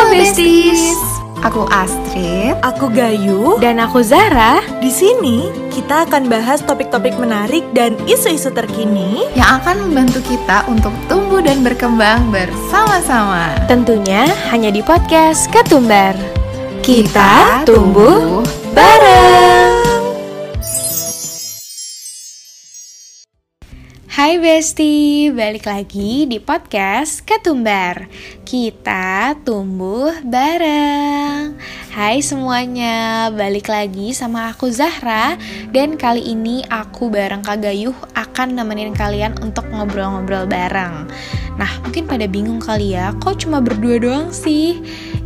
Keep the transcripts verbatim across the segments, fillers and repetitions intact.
Besties. Aku Astrid, aku Gayu, dan aku Zara. Di sini kita akan bahas topik-topik menarik dan isu-isu terkini yang akan membantu kita untuk tumbuh dan berkembang bersama-sama. Tentunya hanya di podcast Ketumbar. Kita tumbuh bareng. Hai Besti, balik lagi di podcast Ketumbar. Kita tumbuh bareng. Hai semuanya, balik lagi sama aku Zahra. Dan kali ini aku bareng Kak Gayuh akan nemenin kalian untuk ngobrol-ngobrol bareng. Nah, mungkin pada bingung kali ya, kok cuma berdua doang sih?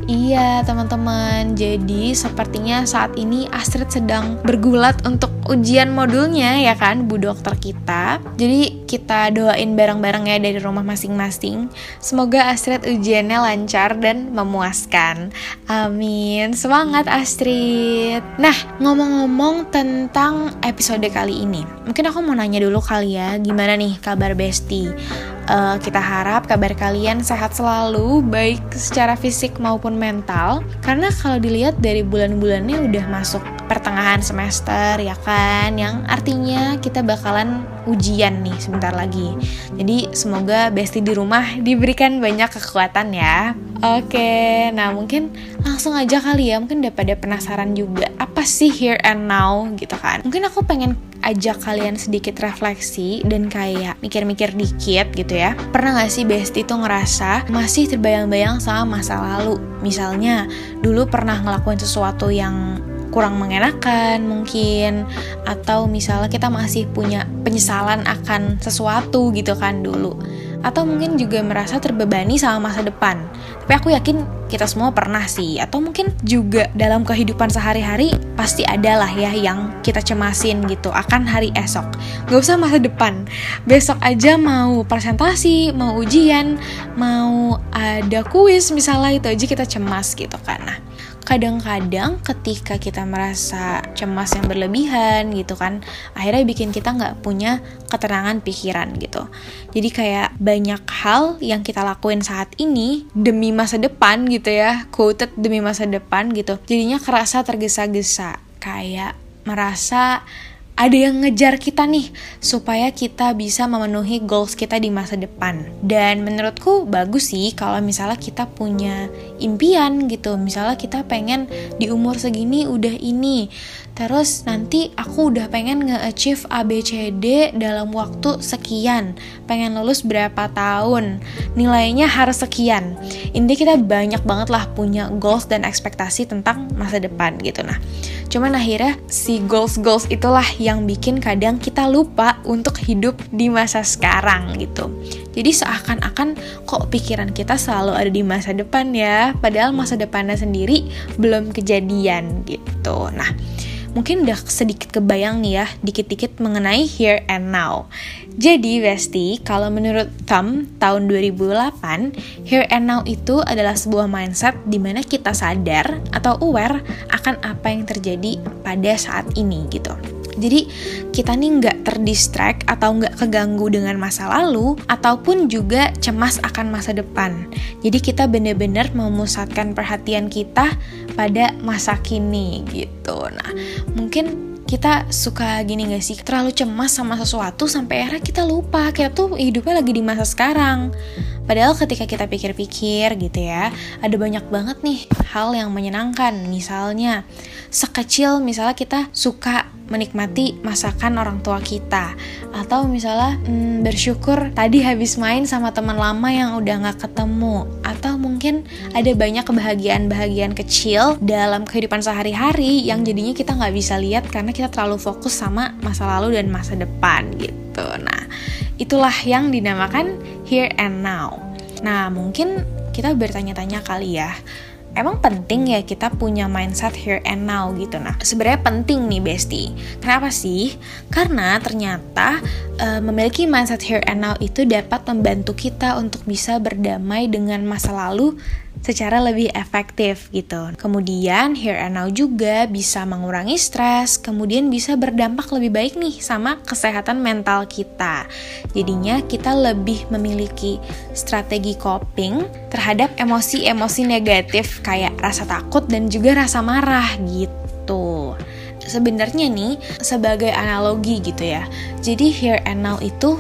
Iya teman-teman, jadi sepertinya saat ini Astrid sedang bergulat untuk ujian modulnya ya kan, Bu Dokter kita. Jadi kita doain bareng-bareng ya dari rumah masing-masing. Semoga Astrid ujiannya lancar dan memuaskan. Amin, semangat Astrid. Nah, ngomong-ngomong tentang episode kali ini, mungkin aku mau nanya dulu kali ya, gimana nih kabar Besti? Uh, kita harap kabar kalian sehat selalu, baik secara fisik maupun mental. Karena kalau dilihat dari bulan-bulannya udah masuk pertengahan semester ya kan, yang artinya kita bakalan ujian nih sebentar lagi. Jadi semoga Besti di rumah diberikan banyak kekuatan ya. Oke, nah mungkin langsung aja kali ya, mungkin udah pada penasaran juga apa sih here and now gitu kan. Mungkin aku pengen ajak kalian sedikit refleksi dan kayak mikir-mikir dikit gitu ya. Pernah gak sih Besti tuh ngerasa masih terbayang-bayang sama masa lalu? Misalnya dulu pernah ngelakuin sesuatu yang kurang mengenakan mungkin, atau misalnya kita masih punya penyesalan akan sesuatu gitu kan dulu, atau mungkin juga merasa terbebani sama masa depan. Tapi aku yakin kita semua pernah sih, atau mungkin juga dalam kehidupan sehari-hari pasti ada lah ya yang kita cemasin gitu akan hari esok. Gak usah masa depan, besok aja mau presentasi, mau ujian, mau ada kuis misalnya, itu aja kita cemas gitu kan. Nah, kadang-kadang ketika kita merasa cemas yang berlebihan gitu kan, akhirnya bikin kita gak punya ketenangan pikiran gitu. Jadi kayak banyak hal yang kita lakuin saat ini demi masa depan gitu ya, quoted demi masa depan gitu, jadinya kerasa tergesa-gesa, kayak merasa ada yang ngejar kita nih supaya kita bisa memenuhi goals kita di masa depan. Dan menurutku bagus sih kalau misalnya kita punya impian gitu. Misalnya kita pengen di umur segini udah ini, terus nanti aku udah pengen nge-achieve A B C D dalam waktu sekian, pengen lulus berapa tahun, nilainya harus sekian. Intinya kita banyak banget lah punya goals dan ekspektasi tentang masa depan gitu. Nah, cuman akhirnya si goals-goals itulah yang bikin kadang kita lupa untuk hidup di masa sekarang gitu. Jadi seakan-akan kok pikiran kita selalu ada di masa depan ya, padahal masa depannya sendiri belum kejadian gitu. Nah, mungkin udah sedikit kebayang nih ya, dikit-dikit mengenai here and now. Jadi Besti, kalau menurut Thumb tahun dua ribu delapan, here and now itu adalah sebuah mindset di mana kita sadar atau aware akan apa yang terjadi pada saat ini gitu. Jadi kita nih nggak terdistract atau nggak keganggu dengan masa lalu, ataupun juga cemas akan masa depan. Jadi kita benar-benar memusatkan perhatian kita pada masa kini gitu. Nah, mungkin kita suka gini gak sih, terlalu cemas sama sesuatu sampai akhirnya kita lupa kita tuh hidupnya lagi di masa sekarang. Padahal ketika kita pikir-pikir gitu ya, ada banyak banget nih hal yang menyenangkan. Misalnya sekecil misalnya kita suka menikmati masakan orang tua kita, atau misalnya hmm, bersyukur tadi habis main sama teman lama yang udah gak ketemu, atau mungkin ada banyak kebahagiaan-bahagiaan kecil dalam kehidupan sehari-hari yang jadinya kita gak bisa lihat karena kita terlalu fokus sama masa lalu dan masa depan gitu. Nah, itulah yang dinamakan here and now. Nah, mungkin kita bertanya-tanya kali ya, emang penting ya kita punya mindset here and now gitu. Nah, sebenarnya penting nih Besti. Kenapa sih? Karena ternyata uh, memiliki mindset here and now itu dapat membantu kita untuk bisa berdamai dengan masa lalu secara lebih efektif gitu. Kemudian here and now juga bisa mengurangi stres, kemudian bisa berdampak lebih baik nih sama kesehatan mental kita. Jadinya kita lebih memiliki strategi coping terhadap emosi-emosi negatif kayak rasa takut dan juga rasa marah gitu. Sebenarnya nih sebagai analogi gitu ya. Jadi here and now itu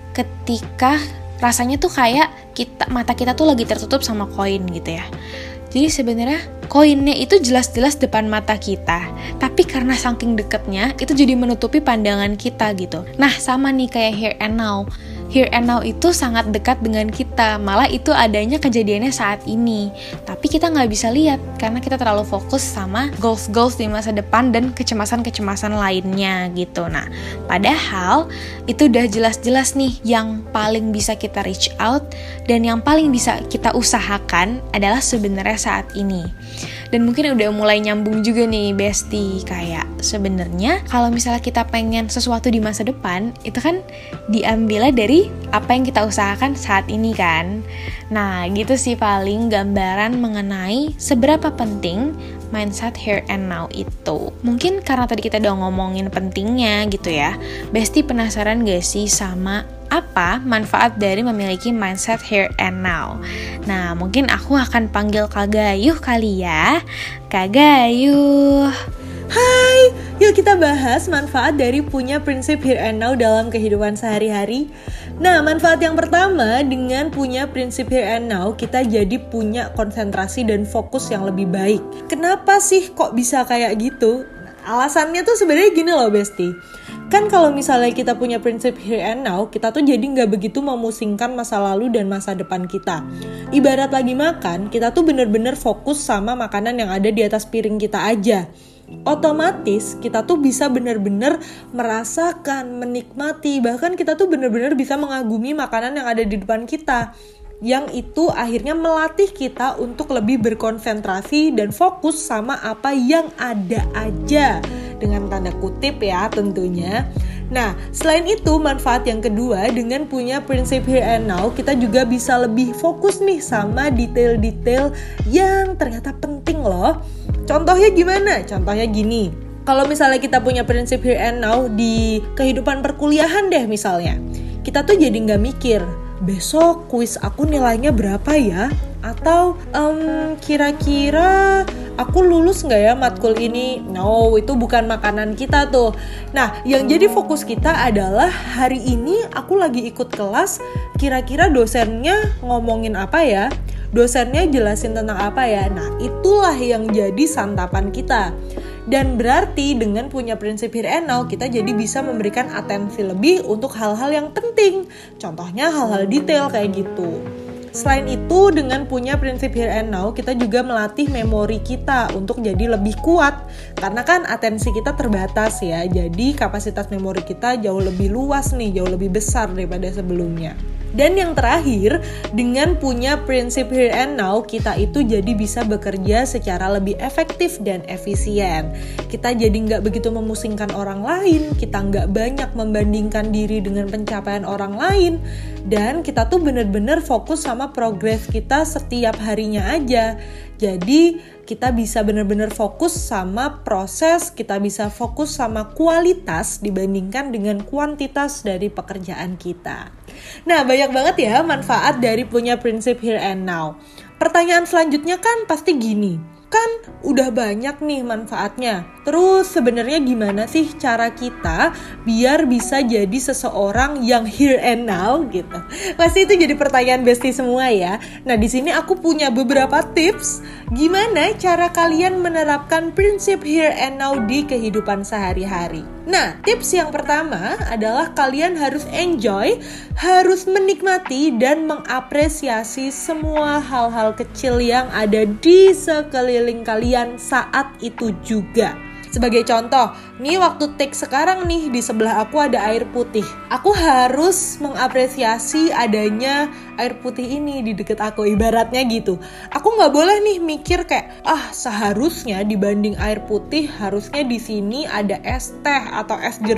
ketika rasanya tuh kayak kita mata kita tuh lagi tertutup sama koin gitu ya. Jadi sebenarnya koinnya itu jelas-jelas depan mata kita, tapi karena saking deketnya itu jadi menutupi pandangan kita gitu. Nah sama nih kayak here and now. Here and now itu sangat dekat dengan kita, malah itu adanya kejadiannya saat ini. Tapi kita nggak bisa lihat karena kita terlalu fokus sama goals-goals di masa depan dan kecemasan-kecemasan lainnya gitu. Nah, padahal itu udah jelas-jelas nih yang paling bisa kita reach out dan yang paling bisa kita usahakan adalah sebenarnya saat ini. Dan mungkin udah mulai nyambung juga nih Besti, kayak sebenarnya kalau misalnya kita pengen sesuatu di masa depan itu kan diambilnya dari apa yang kita usahakan saat ini kan. Nah gitu sih paling gambaran mengenai seberapa penting mindset here and now itu. Mungkin karena tadi kita udah ngomongin pentingnya gitu ya, Besti penasaran gak sih sama apa manfaat dari memiliki mindset here and now? Nah, mungkin aku akan panggil Kak Gayuh kali ya. Kak Gayuh. Hai, yuk kita bahas manfaat dari punya prinsip here and now dalam kehidupan sehari-hari. Nah, manfaat yang pertama dengan punya prinsip here and now, kita jadi punya konsentrasi dan fokus yang lebih baik. Kenapa sih kok bisa kayak gitu? Alasannya tuh sebenarnya gini loh Besti. Kan kalau misalnya kita punya prinsip here and now, kita tuh jadi gak begitu memusingkan masa lalu dan masa depan kita. Ibarat lagi makan, kita tuh bener-bener fokus sama makanan yang ada di atas piring kita aja. Otomatis kita tuh bisa bener-bener merasakan, menikmati, bahkan kita tuh bener-bener bisa mengagumi makanan yang ada di depan kita. Yang itu akhirnya melatih kita untuk lebih berkonsentrasi dan fokus sama apa yang ada aja. Dengan tanda kutip ya tentunya. Nah, selain itu manfaat yang kedua dengan punya prinsip here and now, kita juga bisa lebih fokus nih sama detail-detail yang ternyata penting loh. Contohnya gimana? Contohnya gini. Kalau misalnya kita punya prinsip here and now di kehidupan perkuliahan deh misalnya. Kita tuh jadi gak mikir, besok kuis aku nilainya berapa ya? Atau um, kira-kira aku lulus gak ya matkul ini? No, itu bukan makanan kita tuh. Nah, yang jadi fokus kita adalah hari ini aku lagi ikut kelas, kira-kira dosennya ngomongin apa ya? Dosennya jelasin tentang apa ya? Nah, itulah yang jadi santapan kita. Dan berarti dengan punya prinsip here and now, kita jadi bisa memberikan atensi lebih untuk hal-hal yang penting. Contohnya hal-hal detail kayak gitu. Selain itu, dengan punya prinsip here and now, kita juga melatih memori kita untuk jadi lebih kuat. Karena kan atensi kita terbatas ya, jadi kapasitas memori kita jauh lebih luas nih, jauh lebih besar daripada sebelumnya. Dan yang terakhir, dengan punya prinsip here and now, kita itu jadi bisa bekerja secara lebih efektif dan efisien. Kita jadi nggak begitu memusingkan orang lain, kita nggak banyak membandingkan diri dengan pencapaian orang lain, dan kita tuh bener-bener fokus sama progres kita setiap harinya aja. Jadi kita bisa benar-benar fokus sama proses, kita bisa fokus sama kualitas dibandingkan dengan kuantitas dari pekerjaan kita. Nah, banyak banget ya manfaat dari punya prinsip here and now. Pertanyaan selanjutnya kan pasti gini, kan udah banyak nih manfaatnya. Terus sebenarnya gimana sih cara kita biar bisa jadi seseorang yang here and now gitu? Pasti itu jadi pertanyaan Besti semua ya. Nah, di sini aku punya beberapa tips gimana cara kalian menerapkan prinsip here and now di kehidupan sehari-hari. Nah, tips yang pertama adalah kalian harus enjoy, harus menikmati dan mengapresiasi semua hal-hal kecil yang ada di sekeliling kalian saat itu juga. Sebagai contoh, nih waktu take sekarang nih di sebelah aku ada air putih. Aku harus mengapresiasi adanya air putih ini di deket aku, ibaratnya gitu. Aku nggak boleh nih mikir kayak, ah seharusnya dibanding air putih harusnya di sini ada es teh atau es jeruk.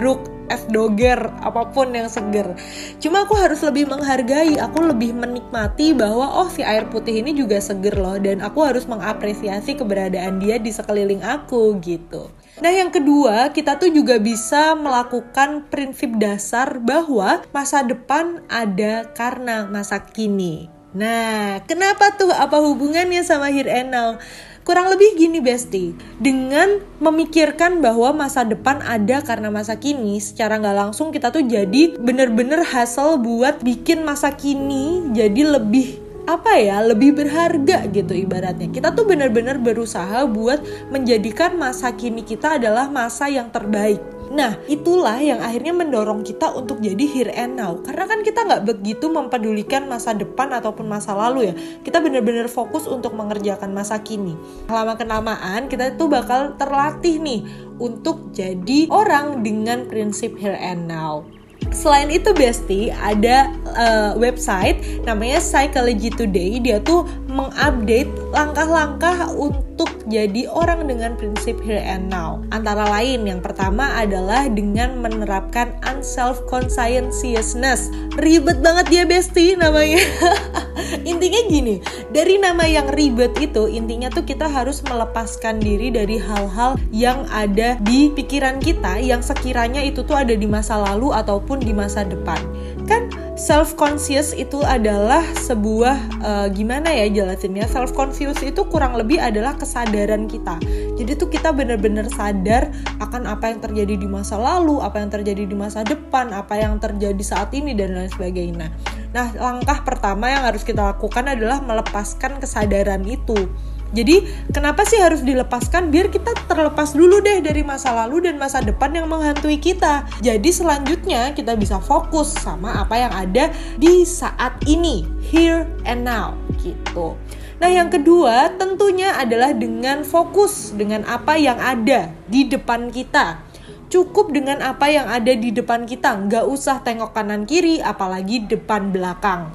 es doger, apapun yang seger. Cuma aku harus lebih menghargai, aku lebih menikmati bahwa oh si air putih ini juga seger loh, dan aku harus mengapresiasi keberadaan dia di sekeliling aku gitu. Nah yang kedua, kita tuh juga bisa melakukan prinsip dasar bahwa masa depan ada karena masa kini. Nah, kenapa tuh? Apa hubungannya sama here and now? Kurang lebih gini Besti, dengan memikirkan bahwa masa depan ada karena masa kini, secara gak langsung kita tuh jadi bener-bener hustle buat bikin masa kini jadi lebih apa ya, lebih berharga gitu ibaratnya. Kita tuh bener-bener berusaha buat menjadikan masa kini kita adalah masa yang terbaik. Nah, itulah yang akhirnya mendorong kita untuk jadi here and now. Karena kan kita gak begitu mempedulikan masa depan ataupun masa lalu ya. Kita benar-benar fokus untuk mengerjakan masa kini. Lama-kelamaan kita tuh bakal terlatih nih untuk jadi orang dengan prinsip here and now. Selain itu Besti, ada uh, website namanya Psychology Today. Dia tuh mengupdate langkah-langkah untuk jadi orang dengan prinsip here and now. Antara lain, yang pertama adalah dengan menerapkan unself-conscientiousness. Ribet banget dia Besti namanya. Intinya gini, dari nama yang ribet itu, intinya tuh kita harus melepaskan diri dari hal-hal yang ada di pikiran kita, yang sekiranya itu tuh ada di masa lalu ataupun di masa depan. Kan self-conscious itu adalah sebuah uh, gimana ya jelasinnya, self-conscious itu kurang lebih adalah kesadaran kita. Jadi tuh kita benar-benar sadar akan apa yang terjadi di masa lalu, apa yang terjadi di masa depan, apa yang terjadi saat ini dan lain sebagainya. Nah, langkah pertama yang harus kita lakukan adalah melepaskan kesadaran itu. Jadi, kenapa sih harus dilepaskan? Biar kita terlepas dulu deh dari masa lalu dan masa depan yang menghantui kita. Jadi, selanjutnya kita bisa fokus sama apa yang ada di saat ini, here and now, gitu. Nah, yang kedua tentunya adalah dengan fokus dengan apa yang ada di depan kita. Cukup dengan apa yang ada di depan kita, nggak usah tengok kanan kiri, apalagi depan belakang.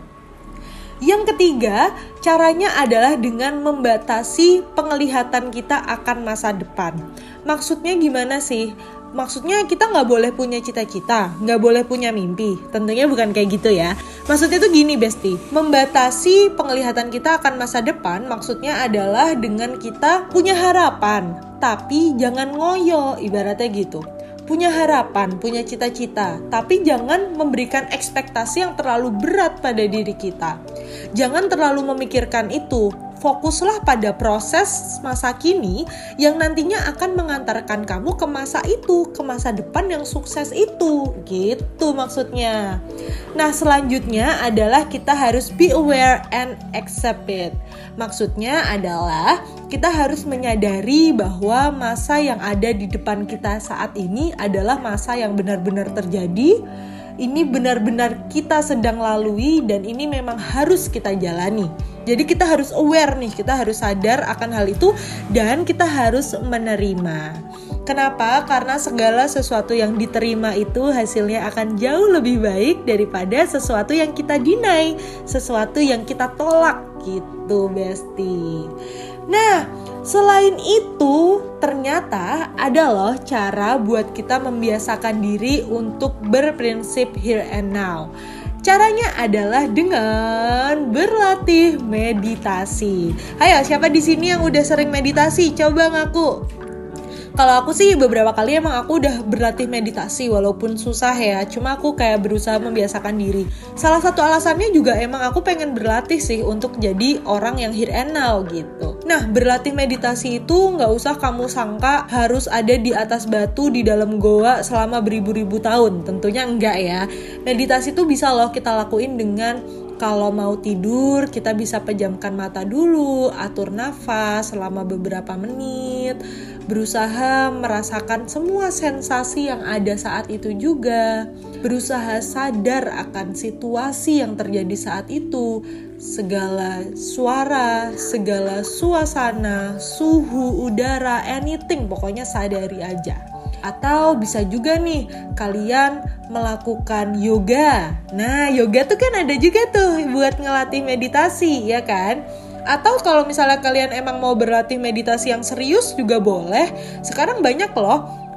Yang ketiga, caranya adalah dengan membatasi penglihatan kita akan masa depan. Maksudnya gimana sih? Maksudnya kita nggak boleh punya cita-cita, nggak boleh punya mimpi. Tentunya bukan kayak gitu ya. Maksudnya tuh gini Besti, membatasi penglihatan kita akan masa depan maksudnya adalah dengan kita punya harapan, tapi jangan ngoyo, ibaratnya gitu. Punya harapan, punya cita-cita, tapi jangan memberikan ekspektasi yang terlalu berat pada diri kita. Jangan terlalu memikirkan itu. Fokuslah pada proses masa kini yang nantinya akan mengantarkan kamu ke masa itu, ke masa depan yang sukses itu. Gitu maksudnya. Nah, selanjutnya adalah kita harus be aware and accept it. Maksudnya adalah kita harus menyadari bahwa masa yang ada di depan kita saat ini adalah masa yang benar-benar terjadi. Ini benar-benar kita sedang lalui dan ini memang harus kita jalani. Jadi kita harus aware nih, kita harus sadar akan hal itu dan kita harus menerima. Kenapa? Karena segala sesuatu yang diterima itu hasilnya akan jauh lebih baik daripada sesuatu yang kita deny, sesuatu yang kita tolak gitu, Besti. Nah, selain itu ternyata ada loh cara buat kita membiasakan diri untuk berprinsip here and now. Caranya adalah dengan berlatih meditasi. Ayo, siapa di sini yang udah sering meditasi? Coba ngaku. Kalau aku sih beberapa kali emang aku udah berlatih meditasi walaupun susah ya. Cuma aku kayak berusaha membiasakan diri. Salah satu alasannya juga emang aku pengen berlatih sih untuk jadi orang yang here and now gitu. Nah, berlatih meditasi itu gak usah kamu sangka harus ada di atas batu di dalam goa selama beribu-ribu tahun. Tentunya enggak ya. Meditasi itu bisa loh kita lakuin dengan kalau mau tidur, kita bisa pejamkan mata dulu, atur nafas selama beberapa menit, berusaha merasakan semua sensasi yang ada saat itu juga, berusaha sadar akan situasi yang terjadi saat itu, segala suara, segala suasana, suhu udara, anything, pokoknya sadari aja. Atau bisa juga nih kalian melakukan yoga. Nah, yoga tuh kan ada juga tuh buat ngelatih meditasi, ya kan? Atau kalau misalnya kalian emang mau berlatih meditasi yang serius juga boleh. Sekarang banyak loh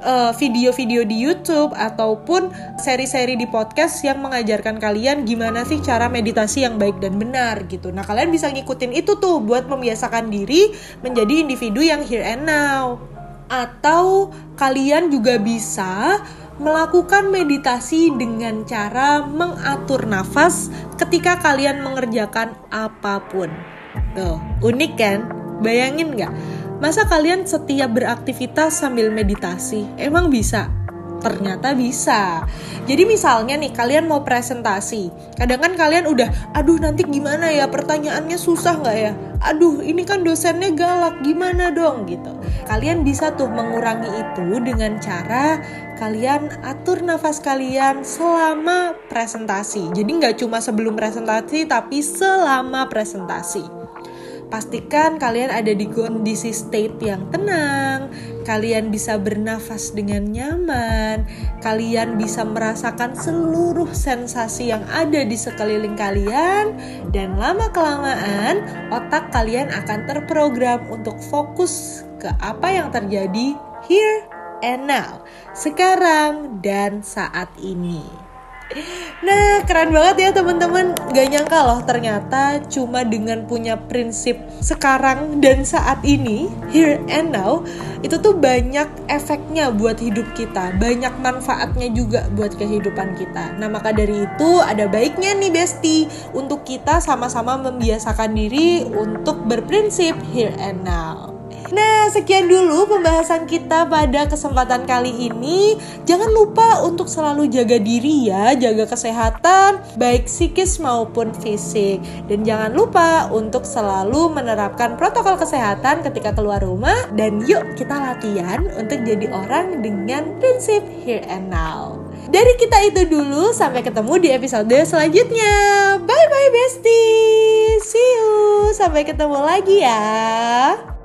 uh, video-video di YouTube ataupun seri-seri di podcast yang mengajarkan kalian gimana sih cara meditasi yang baik dan benar gitu. Nah, kalian bisa ngikutin itu tuh buat membiasakan diri menjadi individu yang here and now. Atau kalian juga bisa melakukan meditasi dengan cara mengatur nafas ketika kalian mengerjakan apapun. Tuh, unik kan? Bayangin gak? Masa kalian setiap beraktivitas sambil meditasi? Emang bisa? Ternyata bisa. Jadi misalnya nih, kalian mau presentasi. Kadang kan kalian udah, aduh nanti gimana ya, pertanyaannya susah gak ya? Aduh ini kan dosennya galak, gimana dong gitu. Kalian bisa tuh mengurangi itu dengan cara kalian atur nafas kalian selama presentasi. Jadi gak cuma sebelum presentasi, tapi selama presentasi. Pastikan kalian ada di kondisi state yang tenang, kalian bisa bernafas dengan nyaman, kalian bisa merasakan seluruh sensasi yang ada di sekeliling kalian, dan lama-kelamaan otak kalian akan terprogram untuk fokus ke apa yang terjadi here and now, sekarang dan saat ini. Nah, keren banget ya teman-teman. Gak nyangka loh ternyata cuma dengan punya prinsip sekarang dan saat ini, here and now, itu tuh banyak efeknya buat hidup kita, banyak manfaatnya juga buat kehidupan kita. Nah, maka dari itu ada baiknya nih Besti untuk kita sama-sama membiasakan diri untuk berprinsip here and now. Nah, sekian dulu pembahasan kita pada kesempatan kali ini. Jangan lupa untuk selalu jaga diri ya, jaga kesehatan, baik psikis maupun fisik. Dan jangan lupa untuk selalu menerapkan protokol kesehatan ketika keluar rumah. Dan yuk kita latihan untuk jadi orang dengan prinsip here and now. Dari kita itu dulu, sampai ketemu di episode selanjutnya. Bye bye bestie, see you, sampai ketemu lagi ya.